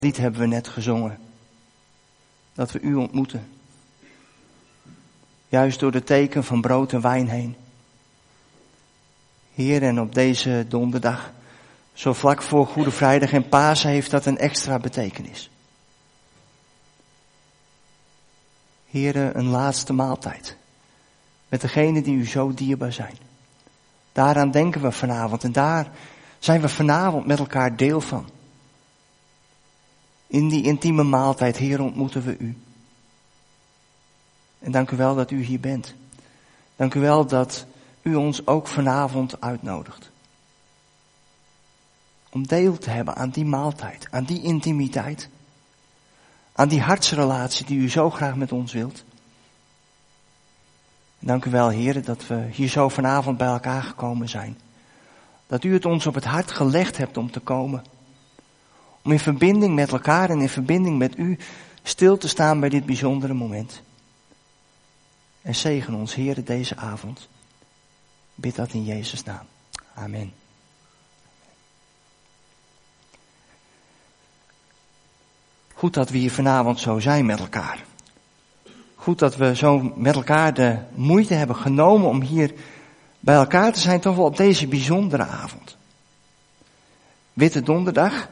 lied hebben we net gezongen. Dat we u ontmoeten. Juist door de teken van brood en wijn heen. Heer, en op deze donderdag, zo vlak voor Goede Vrijdag en Pasen, heeft dat een extra betekenis. Heer, een laatste maaltijd. Met degenen die u zo dierbaar zijn. Daaraan denken we vanavond en daar zijn we vanavond met elkaar deel van. In die intieme maaltijd, Heer, ontmoeten we u. En dank u wel dat u hier bent. Dank u wel dat u ons ook vanavond uitnodigt. Om deel te hebben aan die maaltijd, aan die intimiteit. Aan die hartsrelatie die u zo graag met ons wilt. En dank u wel, Heer, dat we hier zo vanavond bij elkaar gekomen zijn. Dat u het ons op het hart gelegd hebt om te komen. Om in verbinding met elkaar en in verbinding met u stil te staan bij dit bijzondere moment. En zegen ons, Heer, deze avond. Bid dat in Jezus' naam. Amen. Goed dat we hier vanavond zo zijn met elkaar. Goed dat we zo met elkaar de moeite hebben genomen om hier bij elkaar te zijn, toch wel op deze bijzondere avond. Witte Donderdag.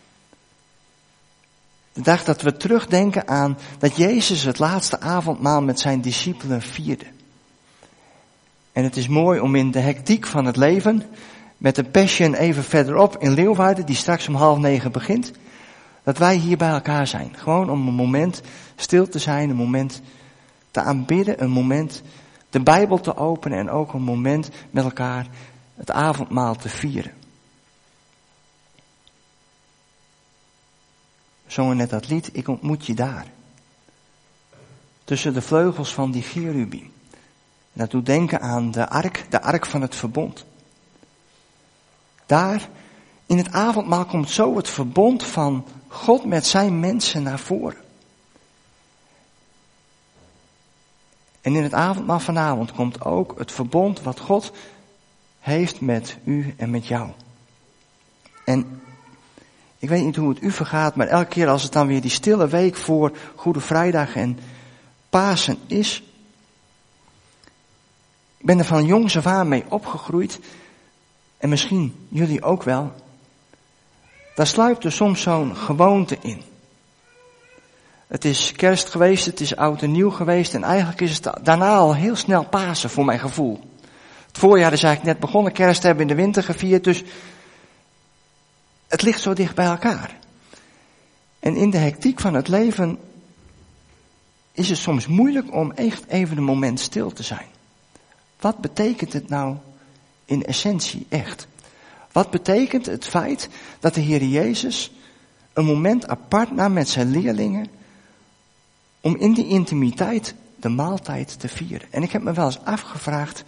De dag dat we terugdenken aan dat Jezus het laatste avondmaal met zijn discipelen vierde. En het is mooi om in de hectiek van het leven, met de Passion even verderop in Leeuwarden, die straks om 8:30 begint, dat wij hier bij elkaar zijn. Gewoon om een moment stil te zijn, een moment te aanbidden, een moment de Bijbel te openen en ook een moment met elkaar het avondmaal te vieren. We zongen net dat lied, ik ontmoet je daar. Tussen de vleugels van die cherubim. En dat doet denken aan de ark van het verbond. Daar in het avondmaal komt zo het verbond van God met zijn mensen naar voren. En in het avondmaal vanavond komt ook het verbond wat God heeft met u en met jou. En ik weet niet hoe het u vergaat, maar elke keer als het dan weer die stille week voor Goede Vrijdag en Pasen is. Ik ben er van jongs af aan mee opgegroeid. En misschien jullie ook wel. Daar sluipt er soms zo'n gewoonte in. Het is kerst geweest, het is oud en nieuw geweest. En eigenlijk is het daarna al heel snel Pasen voor mijn gevoel. Het voorjaar is eigenlijk net begonnen, kerst hebben we in de winter gevierd. Dus het ligt zo dicht bij elkaar. En in de hectiek van het leven is het soms moeilijk om echt even een moment stil te zijn. Wat betekent het nou in essentie echt? Wat betekent het feit dat de Heer Jezus een moment apart nam met zijn leerlingen om in die intimiteit de maaltijd te vieren? En ik heb me wel eens afgevraagd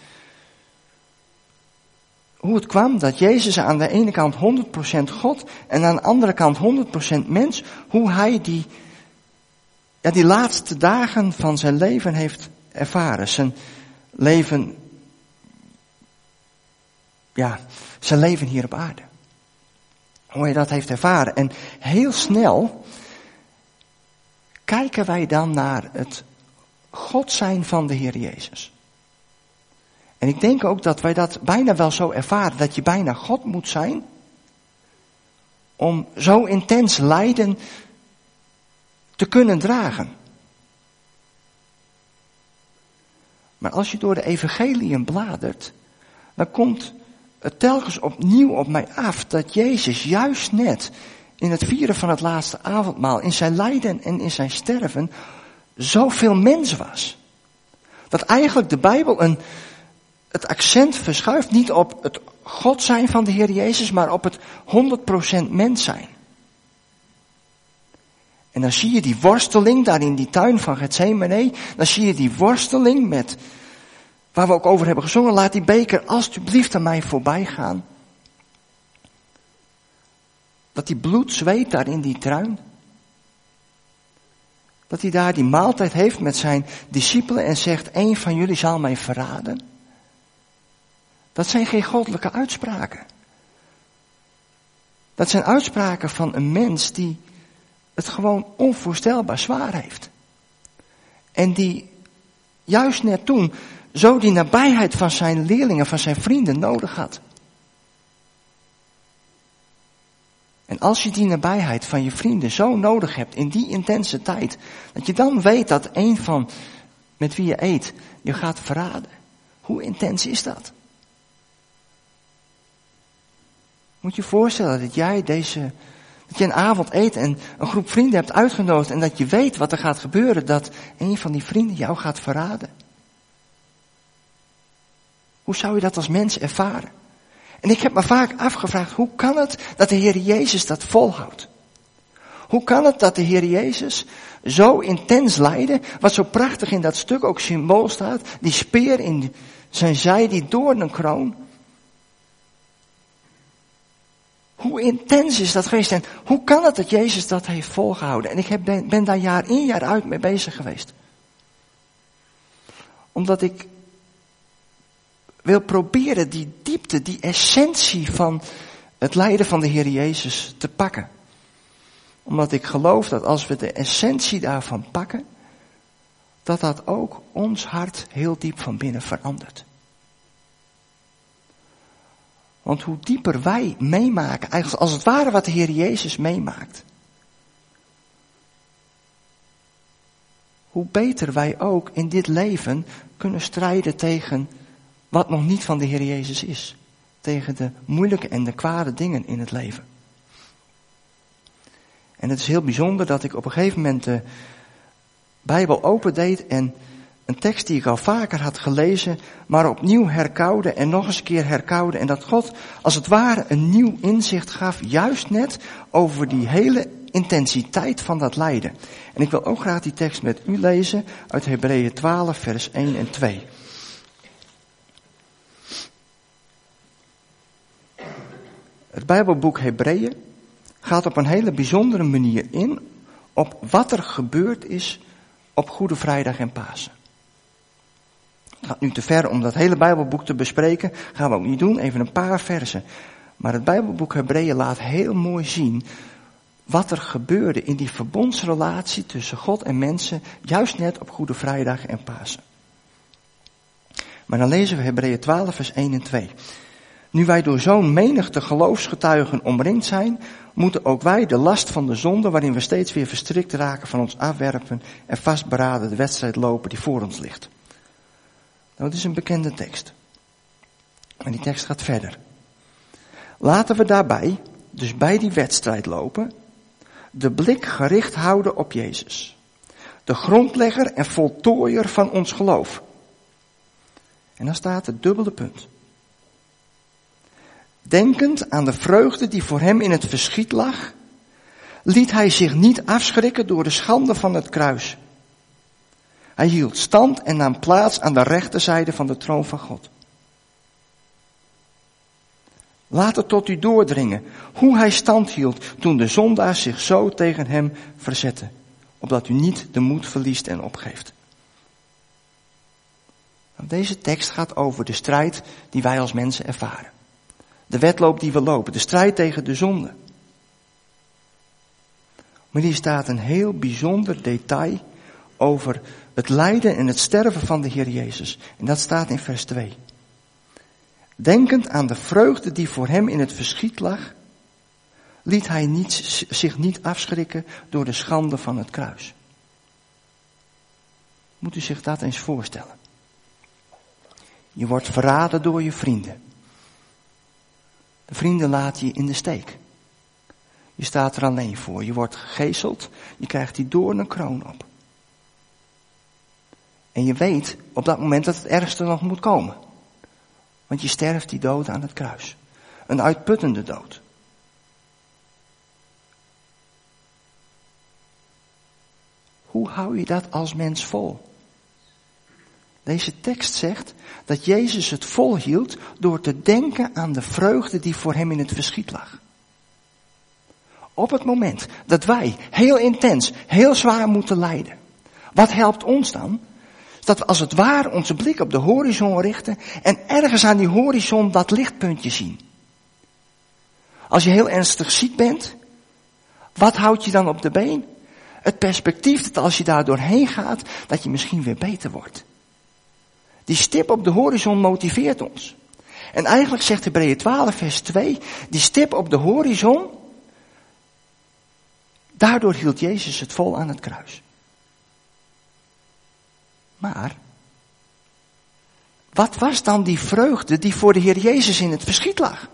hoe het kwam dat Jezus aan de ene kant 100% God en aan de andere kant 100% mens, hoe hij die laatste dagen van zijn leven heeft ervaren. Zijn leven hier op aarde. Hoe hij dat heeft ervaren. En heel snel kijken wij dan naar het God zijn van de Heer Jezus. En ik denk ook dat wij dat bijna wel zo ervaren, dat je bijna God moet zijn om zo intens lijden te kunnen dragen. Maar als je door de evangeliën bladert, dan komt het telkens opnieuw op mij af dat Jezus juist net in het vieren van het laatste avondmaal, in zijn lijden en in zijn sterven, zoveel mens was. Dat eigenlijk de Bijbel het accent verschuift niet op het God zijn van de Heer Jezus, maar op het 100% mens zijn. En dan zie je die worsteling daar in die tuin van Getsemane, dan zie je die worsteling met, waar we ook over hebben gezongen, laat die beker alstublieft aan mij voorbij gaan. Dat die bloed zweet daar in die truin. Dat hij daar die maaltijd heeft met zijn discipelen en zegt, één van jullie zal mij verraden. Dat zijn geen goddelijke uitspraken. Dat zijn uitspraken van een mens die het gewoon onvoorstelbaar zwaar heeft. En die juist net toen zo die nabijheid van zijn leerlingen, van zijn vrienden nodig had. En als je die nabijheid van je vrienden zo nodig hebt in die intense tijd, dat je dan weet dat een van met wie je eet je gaat verraden. Hoe intens is dat? Moet je je voorstellen dat jij een avond eet en een groep vrienden hebt uitgenodigd en dat je weet wat er gaat gebeuren, dat een van die vrienden jou gaat verraden. Hoe zou je dat als mens ervaren? En ik heb me vaak afgevraagd, hoe kan het dat de Heer Jezus dat volhoudt? Hoe kan het dat de Heer Jezus zo intens lijden, wat zo prachtig in dat stuk ook symbool staat, die speer in zijn zij, die doornenkroon. Hoe intens is dat geweest en hoe kan het dat Jezus dat heeft volgehouden? En ik ben daar jaar in jaar uit mee bezig geweest. Omdat ik wil proberen die diepte, die essentie van het lijden van de Heer Jezus te pakken. Omdat ik geloof dat als we de essentie daarvan pakken, dat dat ook ons hart heel diep van binnen verandert. Want hoe dieper wij meemaken, eigenlijk als het ware wat de Heer Jezus meemaakt, hoe beter wij ook in dit leven kunnen strijden tegen wat nog niet van de Heer Jezus is. Tegen de moeilijke en de kwade dingen in het leven. En het is heel bijzonder dat ik op een gegeven moment de Bijbel opendeed en een tekst die ik al vaker had gelezen, maar opnieuw herkauwde en nog eens een keer herkauwde. En dat God als het ware een nieuw inzicht gaf, juist net over die hele intensiteit van dat lijden. En ik wil ook graag die tekst met u lezen uit Hebreeën 12 vers 1 en 2. Het Bijbelboek Hebreeën gaat op een hele bijzondere manier in op wat er gebeurd is op Goede Vrijdag en Pasen. Het gaat nu te ver om dat hele Bijbelboek te bespreken, gaan we ook niet doen, even een paar versen. Maar het Bijbelboek Hebreeën laat heel mooi zien wat er gebeurde in die verbondsrelatie tussen God en mensen, juist net op Goede Vrijdag en Pasen. Maar dan lezen we Hebreeën 12 vers 1 en 2. Nu wij door zo'n menigte geloofsgetuigen omringd zijn, moeten ook wij de last van de zonde, waarin we steeds weer verstrikt raken, van ons afwerpen en vastberaden de wedstrijd lopen die voor ons ligt. Nou, dat is een bekende tekst. En die tekst gaat verder. Laten we daarbij, dus bij die wedstrijd lopen, de blik gericht houden op Jezus. De grondlegger en voltooier van ons geloof. En dan staat het dubbele punt. Denkend aan de vreugde die voor hem in het verschiet lag, liet hij zich niet afschrikken door de schande van het kruis. Hij hield stand en nam plaats aan de rechterzijde van de troon van God. Laat het tot u doordringen hoe hij stand hield toen de zondaars zich zo tegen hem verzetten, opdat u niet de moed verliest en opgeeft. Deze tekst gaat over de strijd die wij als mensen ervaren. De wedloop die we lopen, de strijd tegen de zonde. Maar hier staat een heel bijzonder detail over het lijden en het sterven van de Heer Jezus. En dat staat in vers 2. Denkend aan de vreugde die voor hem in het verschiet lag, liet hij zich niet afschrikken door de schande van het kruis. Moet u zich dat eens voorstellen. Je wordt verraden door je vrienden. De vrienden laten je in de steek. Je staat er alleen voor. Je wordt gegezeld. Je krijgt die doornenkroon op. En je weet op dat moment dat het ergste nog moet komen. Want je sterft die dood aan het kruis. Een uitputtende dood. Hoe hou je dat als mens vol? Deze tekst zegt dat Jezus het volhield door te denken aan de vreugde die voor hem in het verschiet lag. Op het moment dat wij heel intens, heel zwaar moeten lijden. Wat helpt ons dan? Dat we als het ware onze blik op de horizon richten en ergens aan die horizon dat lichtpuntje zien. Als je heel ernstig ziek bent, Wat houdt je dan op de been? Het perspectief dat als je daar doorheen gaat, dat je misschien weer beter wordt. Die stip op de horizon motiveert ons. En eigenlijk zegt Hebreeën 12 vers 2, die stip op de horizon, daardoor hield Jezus het vol aan het kruis. Maar, wat was dan die vreugde die voor de Heer Jezus in het verschiet lag?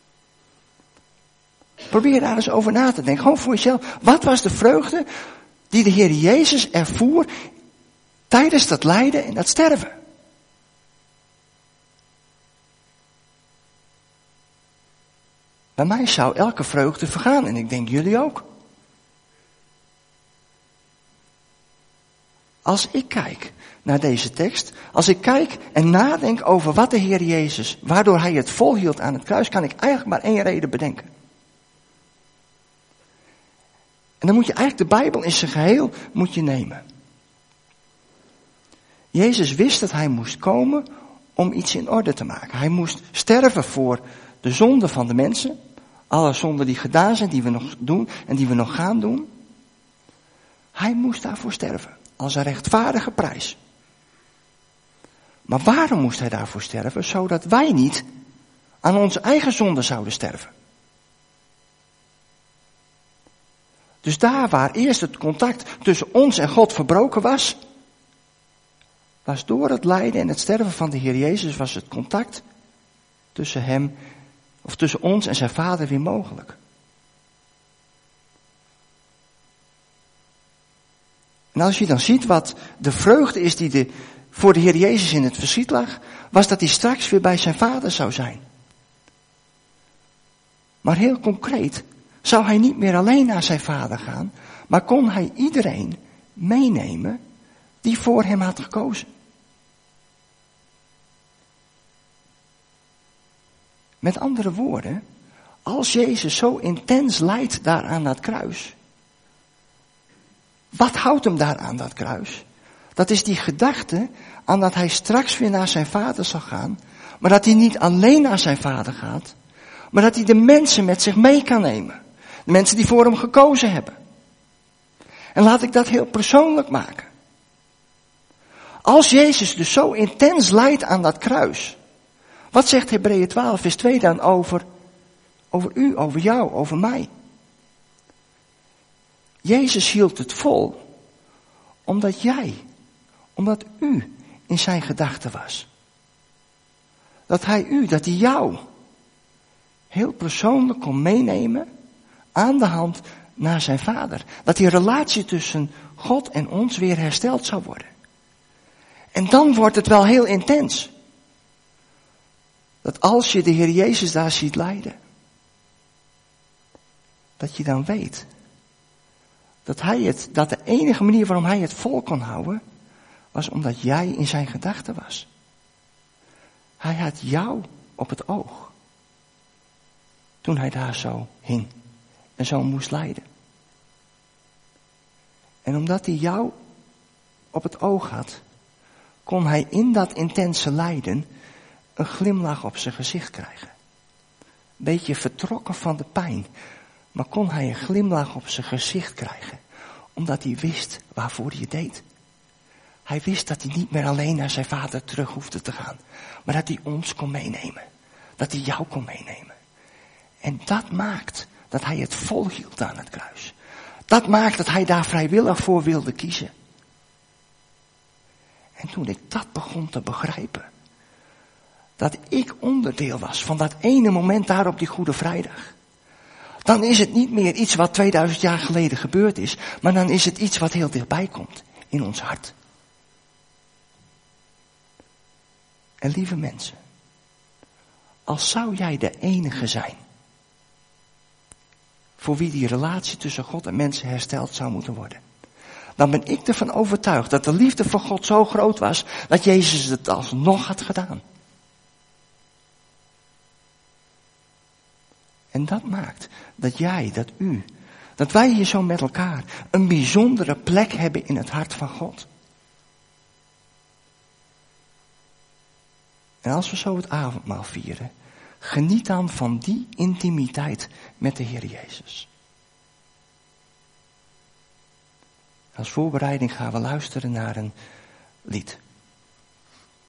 Probeer daar eens over na te denken, gewoon voor jezelf. Wat was de vreugde die de Heer Jezus ervoer tijdens dat lijden en dat sterven? Bij mij zou elke vreugde vergaan en ik denk jullie ook. Als ik kijk naar deze tekst, als ik kijk en nadenk over wat de Heer Jezus, waardoor hij het volhield aan het kruis, kan ik eigenlijk maar één reden bedenken. En dan moet je eigenlijk de Bijbel in zijn geheel moet je nemen. Jezus wist dat hij moest komen om iets in orde te maken. Hij moest sterven voor de zonde van de mensen. Alle zonden die gedaan zijn, die we nog doen en die we nog gaan doen. Hij moest daarvoor sterven. Als een rechtvaardige prijs. Maar waarom moest hij daarvoor sterven? Zodat wij niet aan onze eigen zonde zouden sterven. Dus daar waar eerst het contact tussen ons en God verbroken was, was door het lijden en het sterven van de Heer Jezus, was het contact tussen hem, of tussen ons en zijn Vader weer mogelijk. En als je dan ziet wat de vreugde is die voor de Heer Jezus in het verschiet lag, was dat hij straks weer bij zijn Vader zou zijn. Maar heel concreet zou hij niet meer alleen naar zijn Vader gaan, maar kon hij iedereen meenemen die voor hem had gekozen. Met andere woorden, als Jezus zo intens lijdt daar aan dat kruis, wat houdt hem daar aan dat kruis? Dat is die gedachte aan dat hij straks weer naar zijn Vader zal gaan, maar dat hij niet alleen naar zijn Vader gaat, maar dat hij de mensen met zich mee kan nemen. De mensen die voor hem gekozen hebben. En laat ik dat heel persoonlijk maken. Als Jezus dus zo intens lijdt aan dat kruis, wat zegt Hebreeën 12 vers 2 dan over u, over jou, over mij? Jezus hield het vol, omdat u in zijn gedachten was. Dat hij jou heel persoonlijk kon meenemen aan de hand naar zijn Vader. Dat die relatie tussen God en ons weer hersteld zou worden. En dan wordt het wel heel intens. Dat als je de Heer Jezus daar ziet lijden, dat je dan weet dat de enige manier waarom hij het vol kon houden, was omdat jij in zijn gedachten was. Hij had jou op het oog. Toen hij daar zo hing en zo moest lijden. En omdat hij jou op het oog had, kon hij in dat intense lijden een glimlach op zijn gezicht krijgen. Een beetje vertrokken van de pijn, maar kon hij een glimlach op zijn gezicht krijgen, omdat hij wist waarvoor hij het deed. Hij wist dat hij niet meer alleen naar zijn Vader terug hoefde te gaan, maar dat hij ons kon meenemen. Dat hij jou kon meenemen. En dat maakt dat hij het volhield aan het kruis. Dat maakt dat hij daar vrijwillig voor wilde kiezen. En toen ik dat begon te begrijpen, dat ik onderdeel was van dat ene moment daar op die Goede Vrijdag, dan is het niet meer iets wat 2000 jaar geleden gebeurd is, maar dan is het iets wat heel dichtbij komt in ons hart. En lieve mensen, als zou jij de enige zijn voor wie die relatie tussen God en mensen hersteld zou moeten worden, dan ben ik ervan overtuigd dat de liefde voor God zo groot was dat Jezus het alsnog had gedaan. En dat maakt dat dat wij hier zo met elkaar een bijzondere plek hebben in het hart van God. En als we zo het avondmaal vieren, geniet dan van die intimiteit met de Heer Jezus. Als voorbereiding gaan we luisteren naar een lied.